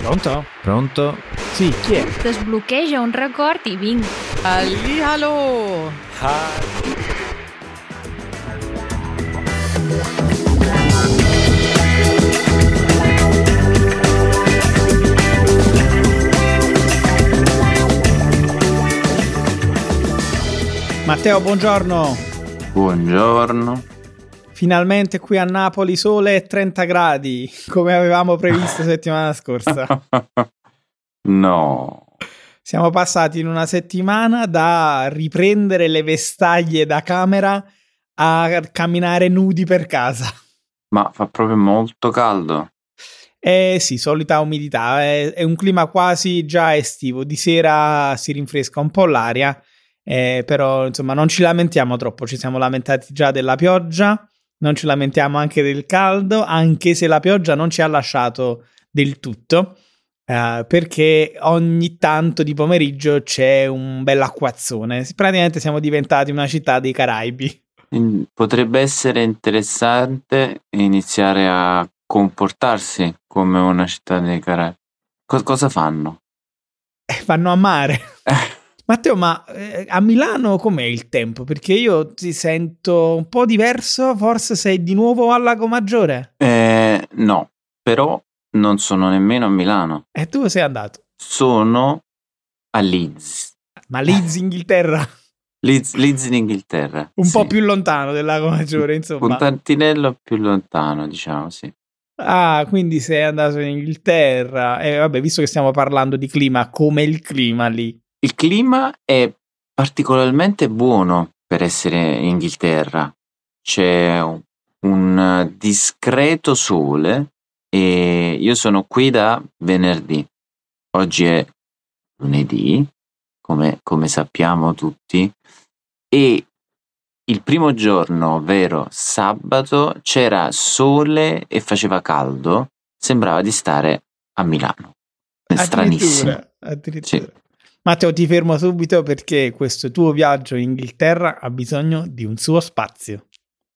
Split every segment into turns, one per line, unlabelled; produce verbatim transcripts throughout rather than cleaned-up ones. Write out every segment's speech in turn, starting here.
Pronto?
Pronto?
Sì, chi è?
Desbloqueja un record i vinc.
Hallihallo!
Matteo, buongiorno.
Buongiorno.
Finalmente qui a Napoli sole e trenta gradi, come avevamo previsto settimana scorsa.
No.
Siamo passati in una settimana da riprendere le vestaglie da camera a camminare nudi per casa.
Ma fa proprio molto caldo.
Eh sì, solita umidità, è, è un clima quasi già estivo. Di sera si rinfresca un po' l'aria, eh, però insomma non ci lamentiamo troppo. Ci siamo lamentati già della pioggia, non ci lamentiamo anche del caldo, anche se la pioggia non ci ha lasciato del tutto. Uh, perché ogni tanto di pomeriggio c'è un bell'acquazzone. Praticamente siamo diventati una città dei Caraibi.
Potrebbe essere interessante iniziare a comportarsi come una città dei Caraibi. Co- cosa fanno?
Eh, vanno a mare. Matteo, ma eh, a Milano com'è il tempo? Perché io ti sento un po' diverso. Forse sei di nuovo al Lago Maggiore?
Eh, no, però non sono nemmeno a Milano.
E tu sei andato?
Sono a Leeds.
Ma Leeds, Inghilterra?
Leeds, Leeds in Inghilterra.
Un
sì.
po' più lontano del Lago Maggiore, insomma.
Un tantinello più lontano, diciamo, sì.
Ah, quindi sei andato in Inghilterra. E eh, vabbè, visto che stiamo parlando di clima, com'è il clima lì?
Il clima è particolarmente buono per essere in Inghilterra. C'è un discreto sole e io sono qui da venerdì. Oggi è lunedì, come, come sappiamo tutti, e il primo giorno, ovvero sabato, c'era sole e faceva caldo, sembrava di stare a Milano. È stranissimo.
Addirittura, addirittura. Sì. Matteo, ti fermo subito perché questo tuo viaggio in Inghilterra ha bisogno di un suo spazio.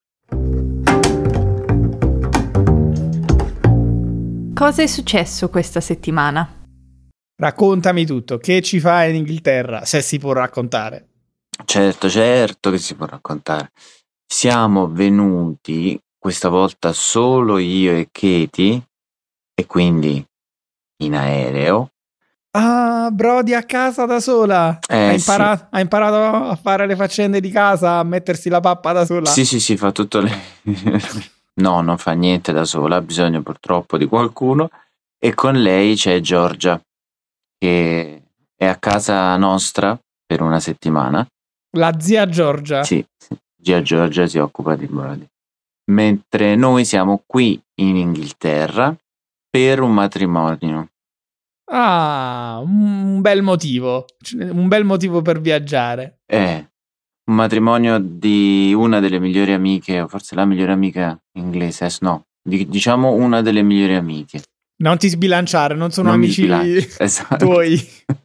Cosa è successo questa settimana?
Raccontami tutto, che ci fai in Inghilterra, se si può raccontare?
Certo, certo che si può raccontare. Siamo venuti questa volta solo io e Katie, e quindi in aereo.
Ah, Brody a casa da sola.
Eh,
ha, imparato,
sì.
ha imparato a fare le faccende di casa, a mettersi la pappa da sola.
Sì, sì, sì, fa tutto lei. No, non fa niente da sola, ha bisogno purtroppo di qualcuno. E con lei c'è Giorgia, che è a casa nostra per una settimana.
La zia Giorgia?
Sì, sì. Zia Giorgia si occupa di Brody. Mentre noi siamo qui in Inghilterra per un matrimonio.
Ah, un bel motivo, un bel motivo per viaggiare.
È un matrimonio di una delle migliori amiche, o forse la migliore amica inglese, no, diciamo una delle migliori amiche.
Non ti sbilanciare, non sono
non
amici
esatto.
tuoi.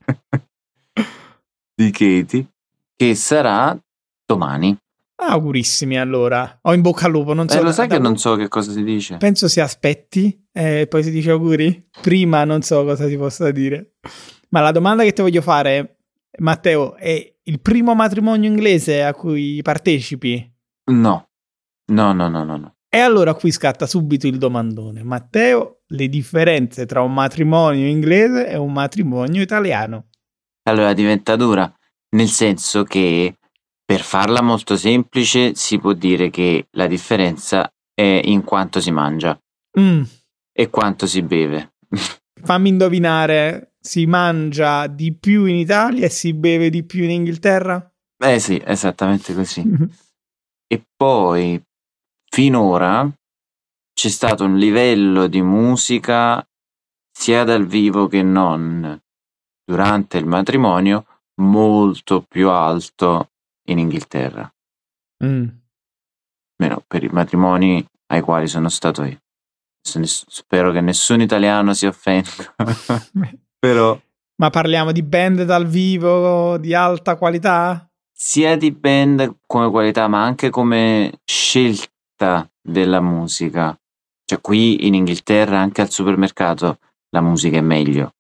Di Katie, che sarà domani.
Augurissimi allora. Ho in bocca al lupo, non so.
Eh, lo sai
da,
che non so che cosa si dice?
Penso si aspetti e poi si dice auguri. Prima non so cosa si possa dire. Ma la domanda che ti voglio fare, Matteo, è il primo matrimonio inglese a cui partecipi?
No, no, no, no, no. no.
E allora qui scatta subito il domandone. Matteo, le differenze tra un matrimonio inglese e un matrimonio italiano?
Allora diventa dura, nel senso che per farla molto semplice si può dire che la differenza è in quanto si mangia
mm.
e quanto si beve.
Fammi indovinare, si mangia di più in Italia e si beve di più in Inghilterra?
Eh sì, esattamente così. E poi finora c'è stato un livello di musica sia dal vivo che non durante il matrimonio molto più alto in Inghilterra.
Mm.
Meno per i matrimoni ai quali sono stato io. Spero che nessun italiano si offenda. Però
ma parliamo di band dal vivo di alta qualità?
Sia di band come qualità, ma anche come scelta della musica. Cioè qui in Inghilterra anche al supermercato la musica è meglio.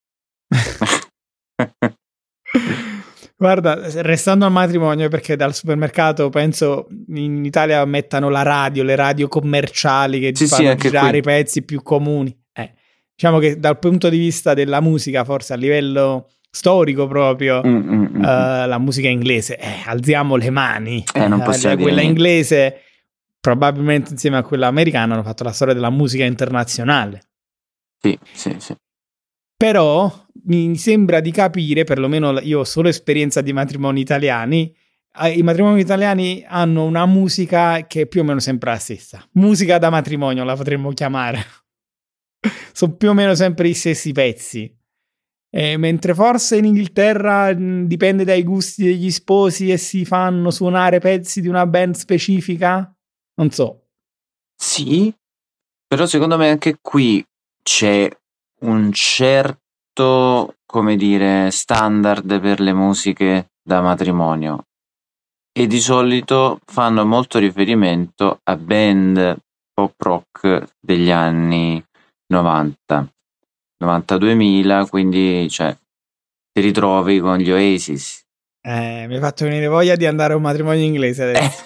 Guarda, restando al matrimonio, perché dal supermercato penso in Italia mettano la radio, le radio commerciali che
Sì, sì,
fanno
anche
girare
qui.
i pezzi più comuni. Eh, diciamo che dal punto di vista della musica, forse a livello storico proprio,
Mm, mm, mm, mm.
eh, la musica inglese, eh, alziamo le mani.
Eh, non
Eh,
possiamo dire
quella
niente.
inglese, probabilmente insieme a quella americana, hanno fatto la storia della musica internazionale.
Sì, sì, sì.
Però mi sembra di capire, perlomeno io ho solo esperienza di matrimoni italiani, eh, i matrimoni italiani hanno una musica che è più o meno sempre la stessa. Musica da matrimonio la potremmo chiamare. Sono più o meno sempre gli stessi pezzi. Eh, mentre forse in Inghilterra mh, dipende dai gusti degli sposi e si fanno suonare pezzi di una band specifica. Non so.
Sì, però secondo me anche qui c'è un certo, come dire, standard per le musiche da matrimonio e di solito fanno molto riferimento a band pop rock degli anni novanta, novantadue-duemila, quindi cioè ti ritrovi con gli Oasis.
Eh, mi hai fatto venire voglia di andare a un matrimonio inglese adesso.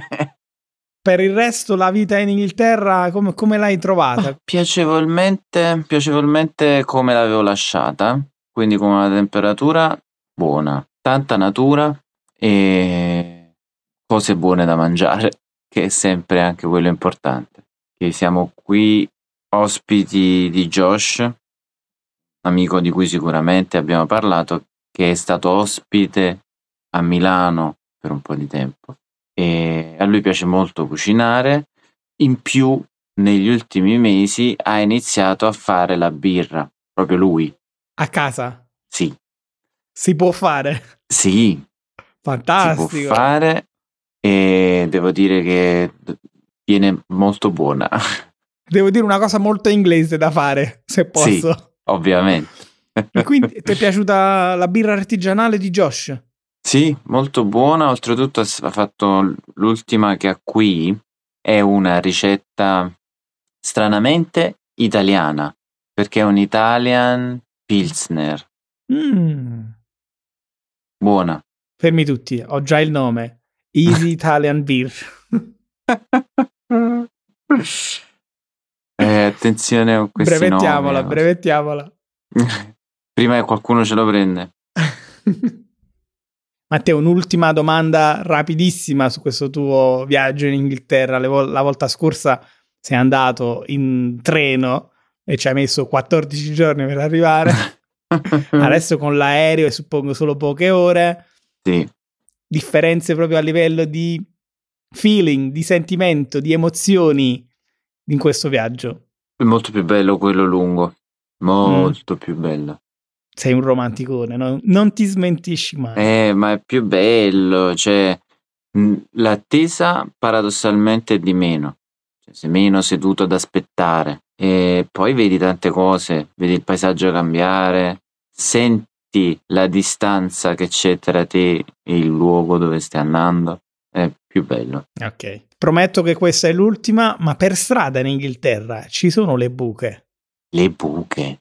Per il resto, la vita in Inghilterra, come, come l'hai trovata?
Piacevolmente, piacevolmente come l'avevo lasciata, quindi con una temperatura buona, tanta natura e cose buone da mangiare, che è sempre anche quello importante. Che siamo qui ospiti di Josh, amico di cui sicuramente abbiamo parlato, che è stato ospite a Milano per un po' di tempo. E a lui piace molto cucinare, in più negli ultimi mesi ha iniziato a fare la birra, proprio lui.
A casa?
Sì,
Si può fare?
sì,
Fantastico.
si può fare e devo dire che viene molto buona.
Devo dire una cosa molto inglese da fare, se posso.
Sì, ovviamente.
E quindi ti è piaciuta la birra artigianale di Josh?
Sì, molto buona, oltretutto ha fatto l'ultima che ha qui, è una ricetta stranamente italiana, perché è un Italian Pilsner.
Mm.
Buona.
Fermi tutti, ho già il nome. Easy Italian Beer.
Eh, attenzione con questi
brevettiamola,
nomi.
brevettiamola.
Prima che qualcuno ce lo prende.
Matteo, un'ultima domanda rapidissima su questo tuo viaggio in Inghilterra. Le vol- la volta scorsa sei andato in treno e ci hai messo quattordici giorni per arrivare. Adesso con l'aereo e suppongo solo poche ore.
Sì.
Differenze proprio a livello di feeling, di sentimento, di emozioni in questo viaggio.
È molto più bello quello lungo. Molto mm. più bello.
Sei un romanticone, no? Non ti smentisci mai.
Eh, ma è più bello, cioè mh, l'attesa paradossalmente è di meno, cioè, sei meno seduto ad aspettare e poi vedi tante cose, vedi il paesaggio cambiare, senti la distanza che c'è tra te e il luogo dove stai andando, è più bello.
Ok, prometto che questa è l'ultima, ma per strada in Inghilterra ci sono le buche.
Le buche?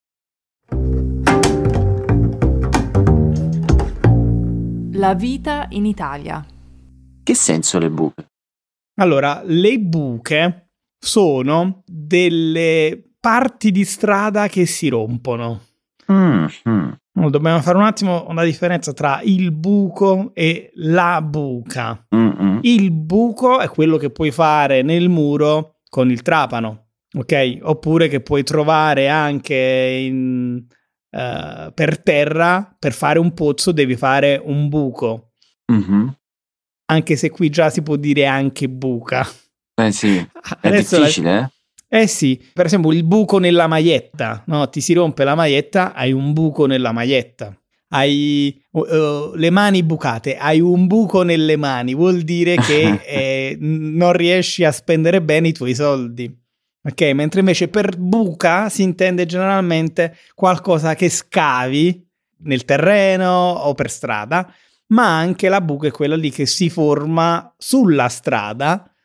La vita in Italia.
Che senso le buche?
Allora, le buche sono delle parti di strada che si rompono.
Mm-hmm.
Dobbiamo fare un attimo una differenza tra il buco e la buca.
Mm-hmm.
Il buco è quello che puoi fare nel muro con il trapano, ok? Oppure che puoi trovare anche in... Uh, per terra. Per fare un pozzo devi fare un buco.
Mm-hmm.
Anche se qui già si può dire anche buca.
Eh sì, è
Adesso
difficile,
la...
eh?
Eh sì, per esempio il buco nella maglietta, no? Ti si rompe la maglietta, hai un buco nella maglietta. Hai uh, le mani bucate, hai un buco nelle mani, vuol dire che eh, non riesci a spendere bene i tuoi soldi. Ok, mentre invece per buca si intende generalmente qualcosa che scavi nel terreno o per strada, ma anche la buca è quella lì che si forma sulla strada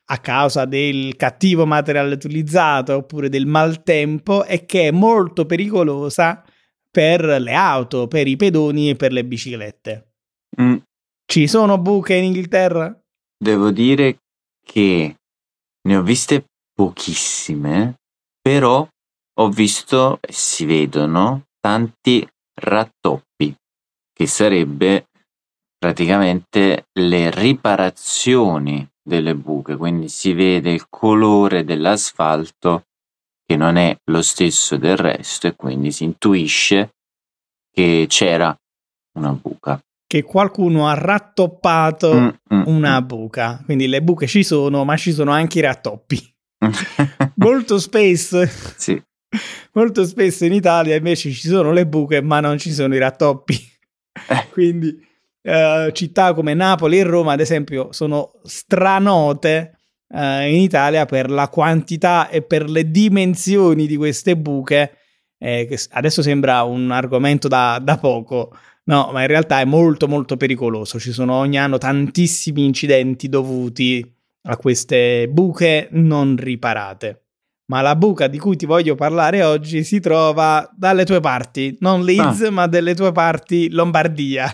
a causa del cattivo materiale utilizzato oppure del maltempo e che è molto pericolosa per le auto, per i pedoni e per le biciclette.
Mm.
Ci sono buche in Inghilterra?
Devo dire che ne ho viste pochissime, però ho visto e si vedono tanti rattoppi, che sarebbe praticamente le riparazioni delle buche, quindi si vede il colore dell'asfalto che non è lo stesso del resto e quindi si intuisce che c'era una buca.
Che qualcuno ha rattoppato
Mm, mm,
una
mm.
buca, quindi le buche ci sono, ma ci sono anche i rattoppi. Molto spesso,
Sì.
molto spesso in Italia invece ci sono le buche, ma non ci sono i rattoppi.
Eh.
Quindi eh, città come Napoli e Roma, ad esempio, sono stranote eh, in Italia per la quantità e per le dimensioni di queste buche, eh, che adesso sembra un argomento da, da poco, no, ma in realtà è molto molto pericoloso. Ci sono ogni anno tantissimi incidenti dovuti a queste buche non riparate. Ma la buca di cui ti voglio parlare oggi si trova dalle tue parti, non Leeds,
Ah.
ma delle tue parti Lombardia.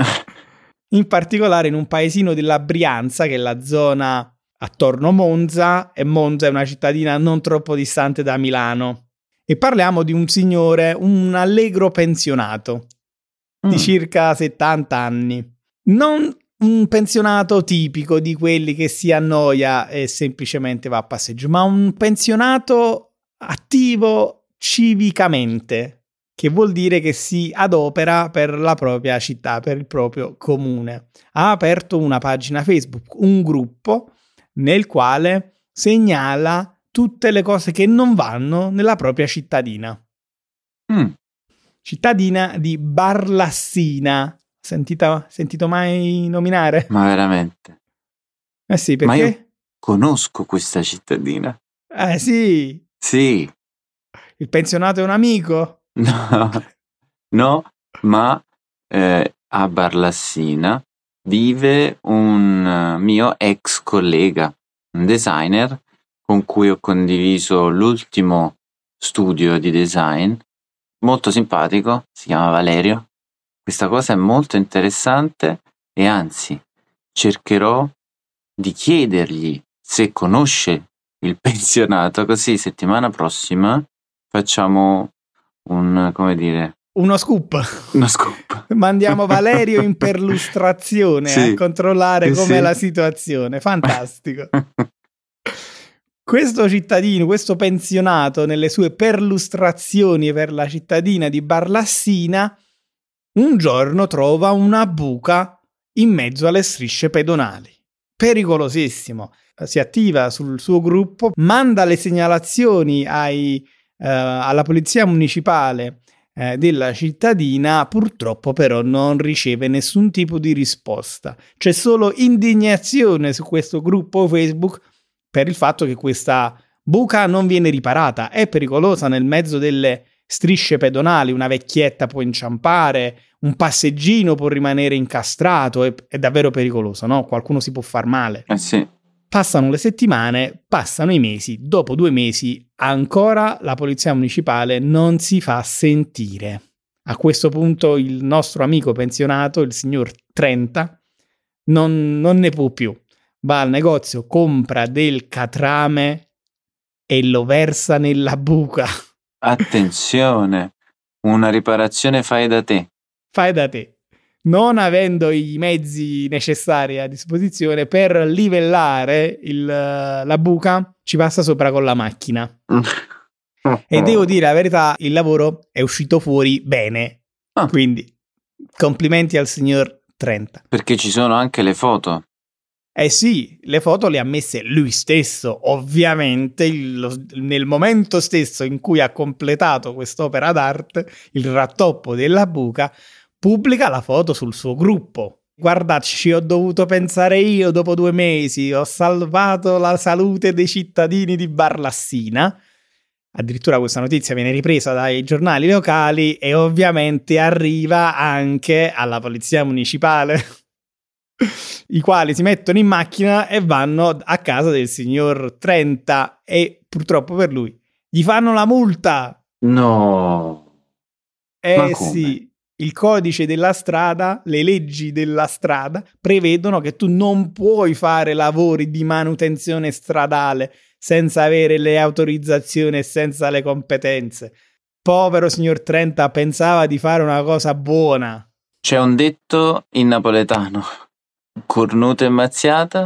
In particolare in un paesino della Brianza, che è la zona attorno Monza, e Monza è una cittadina non troppo distante da Milano. E parliamo di un signore, un allegro pensionato di
Mm.
circa settanta anni. Non un pensionato tipico di quelli che si annoia e semplicemente va a passeggio, ma un pensionato attivo civicamente, che vuol dire che si adopera per la propria città, per il proprio comune. Ha aperto una pagina Facebook, un gruppo nel quale segnala tutte le cose che non vanno nella propria cittadina.
Mm.
Cittadina di Barlassina. Sentita, sentito mai nominare?
Ma veramente?
Eh sì,
Ma
perché?
io conosco questa cittadina.
Eh sì,
Sì.
il pensionato è un amico.
No, no, ma eh, a Barlassina vive un eh, mio ex collega, un designer con cui ho condiviso l'ultimo studio di design, molto simpatico, si chiama Valerio. Questa cosa è molto interessante e anzi cercherò di chiedergli se conosce il pensionato, così settimana prossima facciamo un, come dire,
Uno scoop.
uno scoop.
Mandiamo Valerio in perlustrazione
Sì,
a controllare
sì,
com'è
sì.
la situazione. Fantastico. Questo cittadino, questo pensionato, nelle sue perlustrazioni per la cittadina di Barlassina, un giorno trova una buca in mezzo alle strisce pedonali. Pericolosissimo. Si attiva sul suo gruppo, manda le segnalazioni ai, eh, alla polizia municipale eh, della cittadina, purtroppo però non riceve nessun tipo di risposta. C'è solo indignazione su questo gruppo Facebook per il fatto che questa buca non viene riparata, è pericolosa nel mezzo delle strisce pedonali, una vecchietta può inciampare, un passeggino può rimanere incastrato, è, è davvero pericoloso, no? Qualcuno si può far male.
Eh sì.
Passano le settimane, passano i mesi, dopo due mesi ancora la polizia municipale non si fa sentire. A questo punto il nostro amico pensionato, il signor trenta, non, non ne può più. Va al negozio, compra del catrame e lo versa nella buca.
Attenzione, una riparazione fai da te.
Fai da te. Non avendo i mezzi necessari a disposizione per livellare il, la buca, ci passa sopra con la macchina. E devo dire la verità, il lavoro è uscito fuori bene.
Ah.
Quindi complimenti al signor trenta.
Perché ci sono anche le foto.
Eh sì, le foto le ha messe lui stesso, ovviamente il- lo- nel momento stesso in cui ha completato quest'opera d'arte, il rattoppo della buca, pubblica la foto sul suo gruppo. Guardate, ci ho dovuto pensare io dopo due mesi, ho salvato la salute dei cittadini di Barlassina. Addirittura questa notizia viene ripresa dai giornali locali e ovviamente arriva anche alla polizia municipale. i quali si mettono in macchina e vanno a casa del signor Trenta e purtroppo per lui gli fanno la multa.
No.
Eh
Ma come?
sì, il codice della strada, le leggi della strada prevedono che tu non puoi fare lavori di manutenzione stradale senza avere le autorizzazioni e senza le competenze. Povero signor Trenta pensava di fare una cosa buona.
C'è un detto in napoletano: cornuta e mazziata.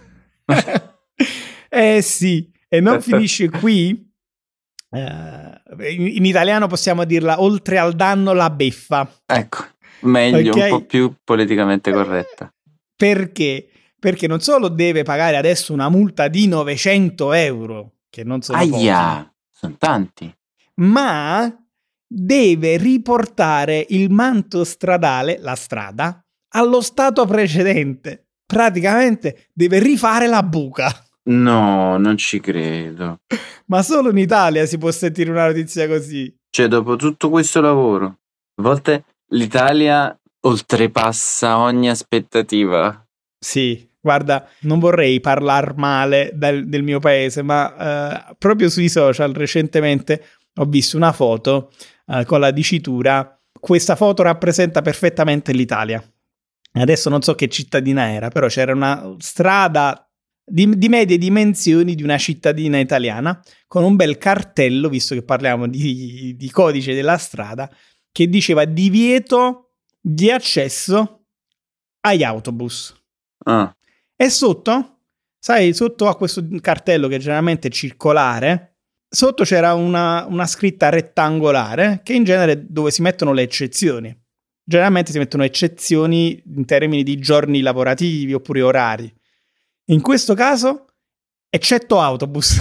Eh sì, e non finisce qui. Uh, in, in italiano possiamo dirla: oltre al danno la beffa.
Ecco, meglio,
Okay.
un po' più politicamente corretta.
Perché? Perché non solo deve pagare adesso una multa di novecento euro, che non sono pochi,
Aia, sono tanti.
ma deve riportare il manto stradale, la strada, allo stato precedente. Praticamente deve rifare la buca.
No, non ci credo.
Ma solo in Italia si può sentire una notizia così.
Cioè, dopo tutto questo lavoro, a volte l'Italia oltrepassa ogni aspettativa.
Sì, guarda, non vorrei parlare male del, del mio paese, ma eh, proprio sui social recentemente ho visto una foto eh, con la dicitura: questa foto rappresenta perfettamente l'Italia. Adesso non so che cittadina era, però c'era una strada di, di medie dimensioni di una cittadina italiana con un bel cartello, visto che parliamo di, di codice della strada, che diceva divieto di accesso agli autobus.
Ah,
E sotto, sai, sotto a questo cartello che generalmente è circolare, sotto c'era una, una scritta rettangolare che in genere dove si mettono le eccezioni. Generalmente si mettono eccezioni in termini di giorni lavorativi oppure orari. In questo caso, eccetto autobus.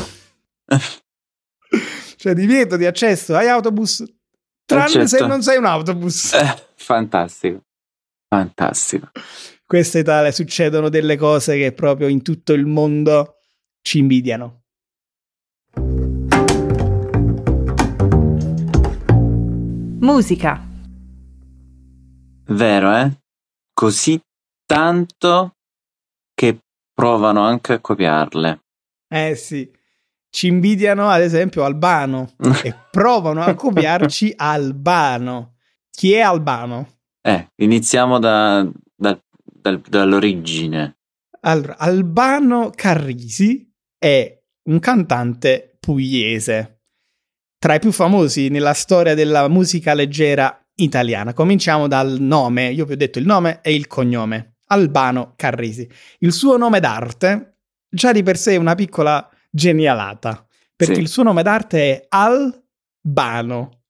Cioè divieto di accesso agli autobus, tranne
Eccetto.
se non sei un autobus.
eh, fantastico, fantastico.
Questa Italia, succedono delle cose che proprio in tutto il mondo ci invidiano.
Musica.
Vero, eh? Così tanto che provano anche a copiarle.
Eh sì, ci invidiano ad esempio Albano e provano a copiarci Albano. Chi è Albano?
Eh, iniziamo da, da, dal- dall'origine.
Allora, Albano Carrisi è un cantante pugliese, tra i più famosi nella storia della musica leggera italiana. Cominciamo dal nome, io vi ho detto il nome e il cognome, Albano Carrisi. Il suo nome d'arte già di per sé è una piccola genialata, perché
Sì.
il suo nome d'arte è Albano.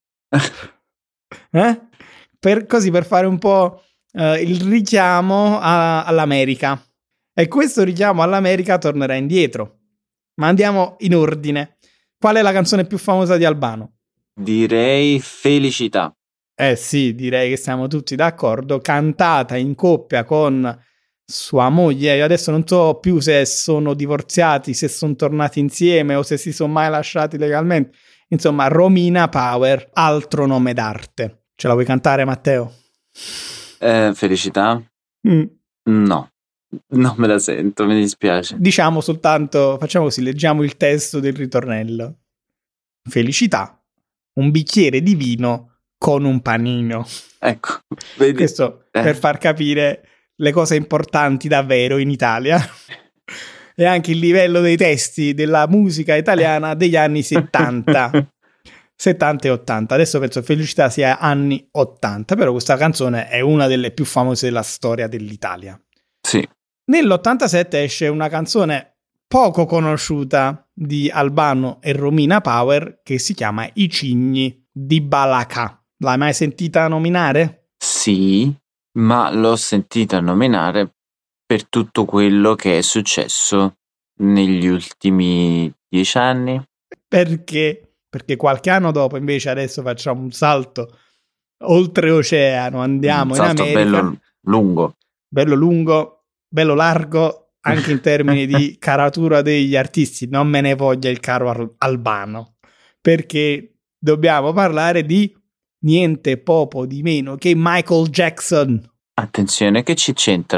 Eh? Per, così per fare un po' eh, il richiamo a- all'America. E questo richiamo all'America tornerà indietro. Ma andiamo in ordine. Qual è la canzone più famosa di Albano?
Direi Felicità.
Eh sì, direi che siamo tutti d'accordo. Cantata in coppia con sua moglie. Io adesso non so più se sono divorziati, se sono tornati insieme o se si sono mai lasciati legalmente. Insomma, Romina Power, altro nome d'arte. Ce la vuoi cantare, Matteo?
Eh, Felicità?
Mm.
No, non me la sento, mi dispiace.
Diciamo soltanto, facciamo così, leggiamo il testo del ritornello. Felicità, un bicchiere di vino con un panino.
Ecco, vedi?
Questo
Eh.
per far capire le cose importanti davvero in Italia e anche il livello dei testi della musica italiana degli anni settanta. settanta e ottanta. Adesso penso Felicità sia anni ottanta, però questa canzone è una delle più famose della storia dell'Italia.
Sì.
Nell'ottantasette esce una canzone poco conosciuta di Albano e Romina Power che si chiama I Cigni di Balacà. L'hai mai sentita nominare?
Sì, ma l'ho sentita nominare per tutto quello che è successo negli ultimi dieci anni.
Perché? Perché qualche anno dopo invece adesso facciamo un salto oltreoceano, andiamo
Un
in
salto
America.
bello lungo.
Bello lungo, bello largo, anche in termini di caratura degli artisti. Non me ne voglia il caro Al- Albano, perché dobbiamo parlare di niente poco di meno che Michael Jackson.
Attenzione, che ci c'entra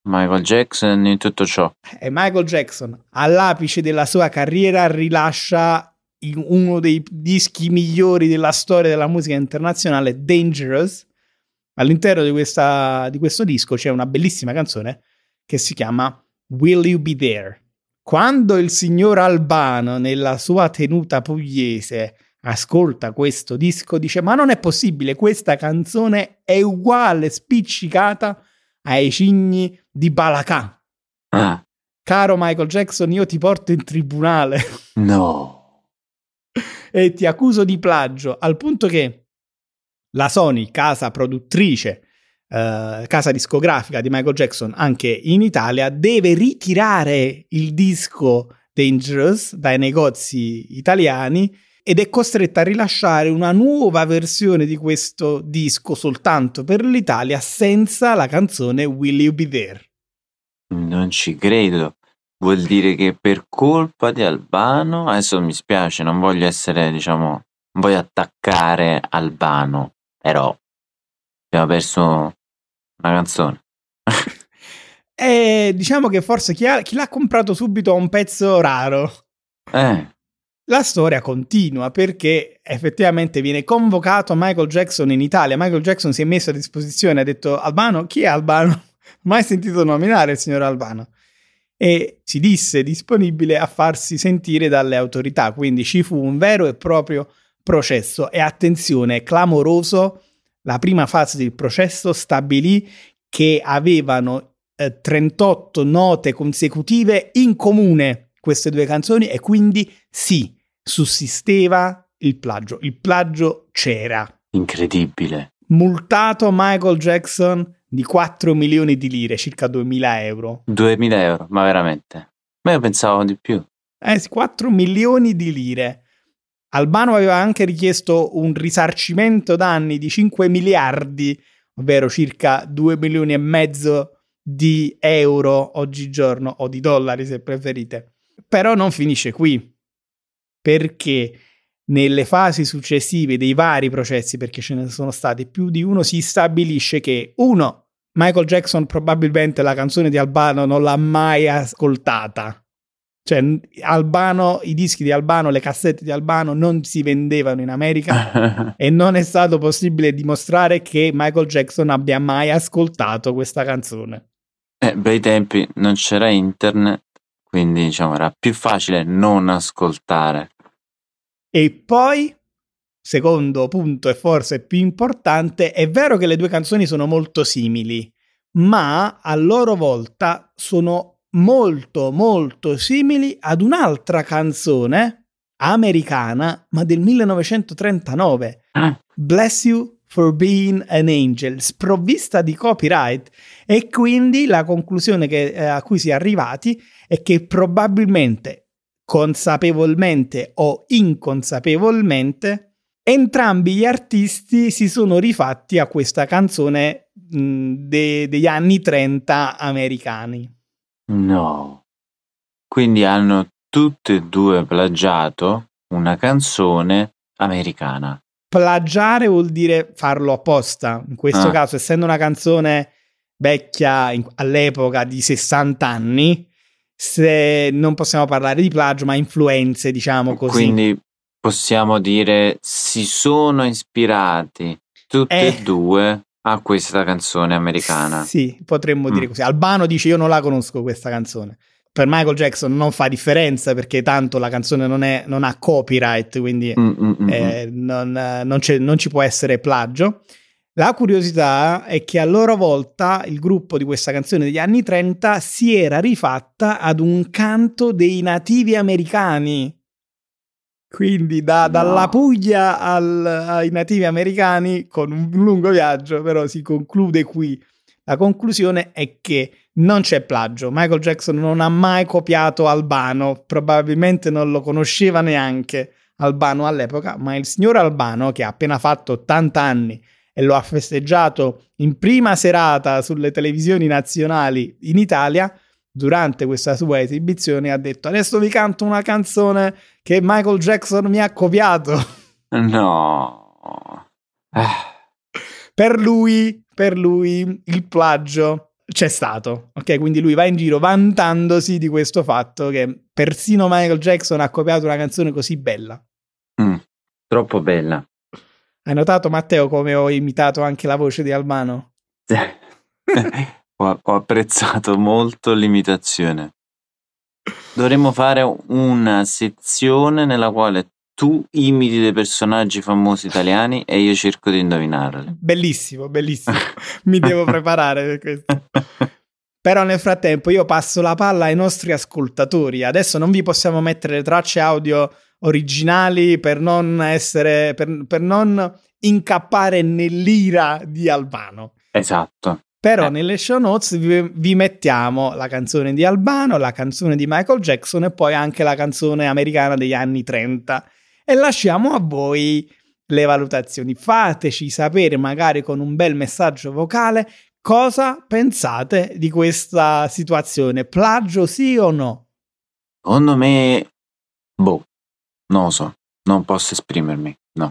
Michael Jackson in tutto ciò.
E Michael Jackson, all'apice della sua carriera, rilascia uno dei dischi migliori della storia della musica internazionale, Dangerous. All'interno di, questa, di questo disco c'è una bellissima canzone che si chiama Will You Be There? Quando il signor Albano, nella sua tenuta pugliese, ascolta questo disco, dice: ma non è possibile, questa canzone è uguale, spiccicata ai cigni di Balacà.
Ah.
Caro Michael Jackson, io ti porto in tribunale.
No.
E ti accuso di plagio, al punto che la Sony, casa produttrice, eh, casa discografica di Michael Jackson anche in Italia, deve ritirare il disco Dangerous dai negozi italiani ed è costretta a rilasciare una nuova versione di questo disco soltanto per l'Italia, senza la canzone Will You Be There.
Non ci credo. Vuol dire che per colpa di Albano, adesso mi spiace, non voglio essere, diciamo, non voglio attaccare Albano, però abbiamo perso una canzone.
E diciamo che forse chi, ha, chi l'ha comprato subito ha un pezzo raro.
Eh.
La storia continua perché effettivamente viene convocato Michael Jackson in Italia. Michael Jackson si è messo a disposizione, ha detto: Albano, chi è Albano? Mai sentito nominare il signor Albano. E si disse disponibile a farsi sentire dalle autorità, quindi ci fu un vero e proprio processo. E attenzione, clamoroso, la prima fase del processo stabilì che avevano eh, trentotto note consecutive in comune queste due canzoni e quindi sì, sussisteva il plagio, il plagio c'era.
Incredibile.
Multato Michael Jackson di quattro milioni di lire, circa duemila euro.
duemila euro, ma veramente? Ma io pensavo di più.
Eh, quattro milioni di lire. Albano aveva anche richiesto un risarcimento danni di cinque miliardi, ovvero circa due milioni e mezzo di euro oggigiorno, o di dollari se preferite. Però non finisce qui, perché nelle fasi successive dei vari processi, perché ce ne sono stati più di uno, si stabilisce che uno, Michael Jackson probabilmente la canzone di Albano non l'ha mai ascoltata. Cioè Albano, i dischi di Albano, le cassette di Albano non si vendevano in America e non è stato possibile dimostrare che Michael Jackson abbia mai ascoltato questa canzone.
Eh, bei tempi, non c'era internet, quindi diciamo era più facile non ascoltare.
E poi, secondo punto e forse più importante, è vero che le due canzoni sono molto simili, ma a loro volta sono molto molto simili ad un'altra canzone americana, ma del millenovecentotrentanove,
Ah.
Bless You for Being an Angel, sprovvista di copyright. E quindi la conclusione che, eh, a cui si è arrivati è che probabilmente, consapevolmente o inconsapevolmente, entrambi gli artisti si sono rifatti a questa canzone mh, de- degli anni trenta americani.
No. Quindi hanno tutte e due plagiato una canzone americana.
Plagiare vuol dire farlo apposta. In questo
Ah.
caso, essendo una canzone vecchia in- all'epoca di sessanta anni, se non possiamo parlare di plagio, ma influenze, diciamo così.
Quindi possiamo dire si sono ispirati tutte
Eh.
e due a questa canzone americana.
Sì, potremmo dire
Mm.
così. Albano dice: io non la conosco questa canzone. Per Michael Jackson non fa differenza perché tanto la canzone non, è, non ha copyright, quindi
Mm, mm, mm,
eh, non, eh, non, c'è, non ci può essere plagio. La curiosità è che a loro volta il gruppo di questa canzone degli anni trenta si era rifatta ad un canto dei nativi americani. Quindi da-
No.
dalla Puglia al- ai nativi americani, con un lungo viaggio, però si conclude qui. La conclusione è che non c'è plagio. Michael Jackson non ha mai copiato Albano, probabilmente non lo conosceva neanche Albano all'epoca, ma il signor Albano, che ha appena fatto ottanta anni e lo ha festeggiato in prima serata sulle televisioni nazionali in Italia, durante questa sua esibizione ha detto: adesso vi canto una canzone che Michael Jackson mi ha copiato.
No. Eh,
Per lui, per lui il plagio c'è stato, ok? Quindi lui va in giro vantandosi di questo fatto che persino Michael Jackson ha copiato una canzone così bella.
Mm, troppo bella.
Hai notato, Matteo, come ho imitato anche la voce di Albano?
ho, ho apprezzato molto l'imitazione. Dovremmo fare una sezione nella quale tu imiti dei personaggi famosi italiani e io cerco di indovinarli.
Bellissimo, bellissimo. Mi devo preparare per questo. Però nel frattempo io passo la palla ai nostri ascoltatori. Adesso non vi possiamo mettere le tracce audio originali per non essere per, per non incappare nell'ira di Albano.
Esatto.
Però
eh.
nelle show notes vi, vi mettiamo la canzone di Albano, la canzone di Michael Jackson e poi anche la canzone americana degli anni trenta. E lasciamo a voi le valutazioni. Fateci sapere, magari con un bel messaggio vocale, cosa pensate di questa situazione. Plagio sì o no?
Secondo me, boh, non lo so, non posso esprimermi, no.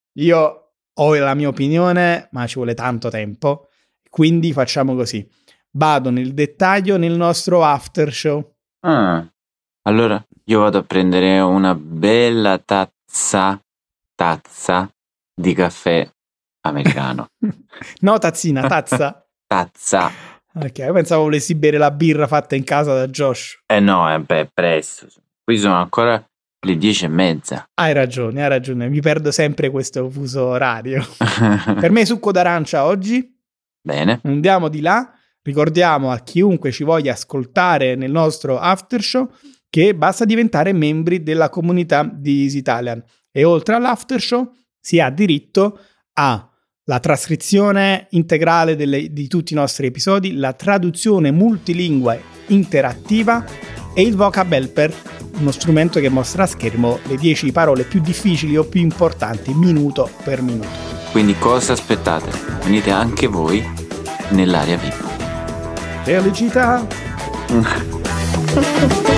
Io ho la mia opinione, ma ci vuole tanto tempo, quindi facciamo così. Vado nel dettaglio nel nostro after show.
Ah, allora io vado a prendere una bella tazza, tazza di caffè americano.
No, tazzina, tazza.
Tazza.
Ok, io pensavo volessi bere la birra fatta in casa da Josh.
Eh no, è beh, presto. Qui sono ancora le dieci e mezza.
Hai ragione, hai ragione. Mi perdo sempre questo fuso orario. Per me succo d'arancia oggi.
Bene.
Andiamo di là. Ricordiamo a chiunque ci voglia ascoltare nel nostro after show che basta diventare membri della comunità di Easy Italian. E oltre all'after show si ha diritto a la trascrizione integrale delle, di tutti i nostri episodi, la traduzione multilingue interattiva e il vocab helper, uno strumento che mostra a schermo le dieci parole più difficili o più importanti minuto per minuto.
Quindi cosa aspettate? Venite anche voi nell'area V I P.
Felicità!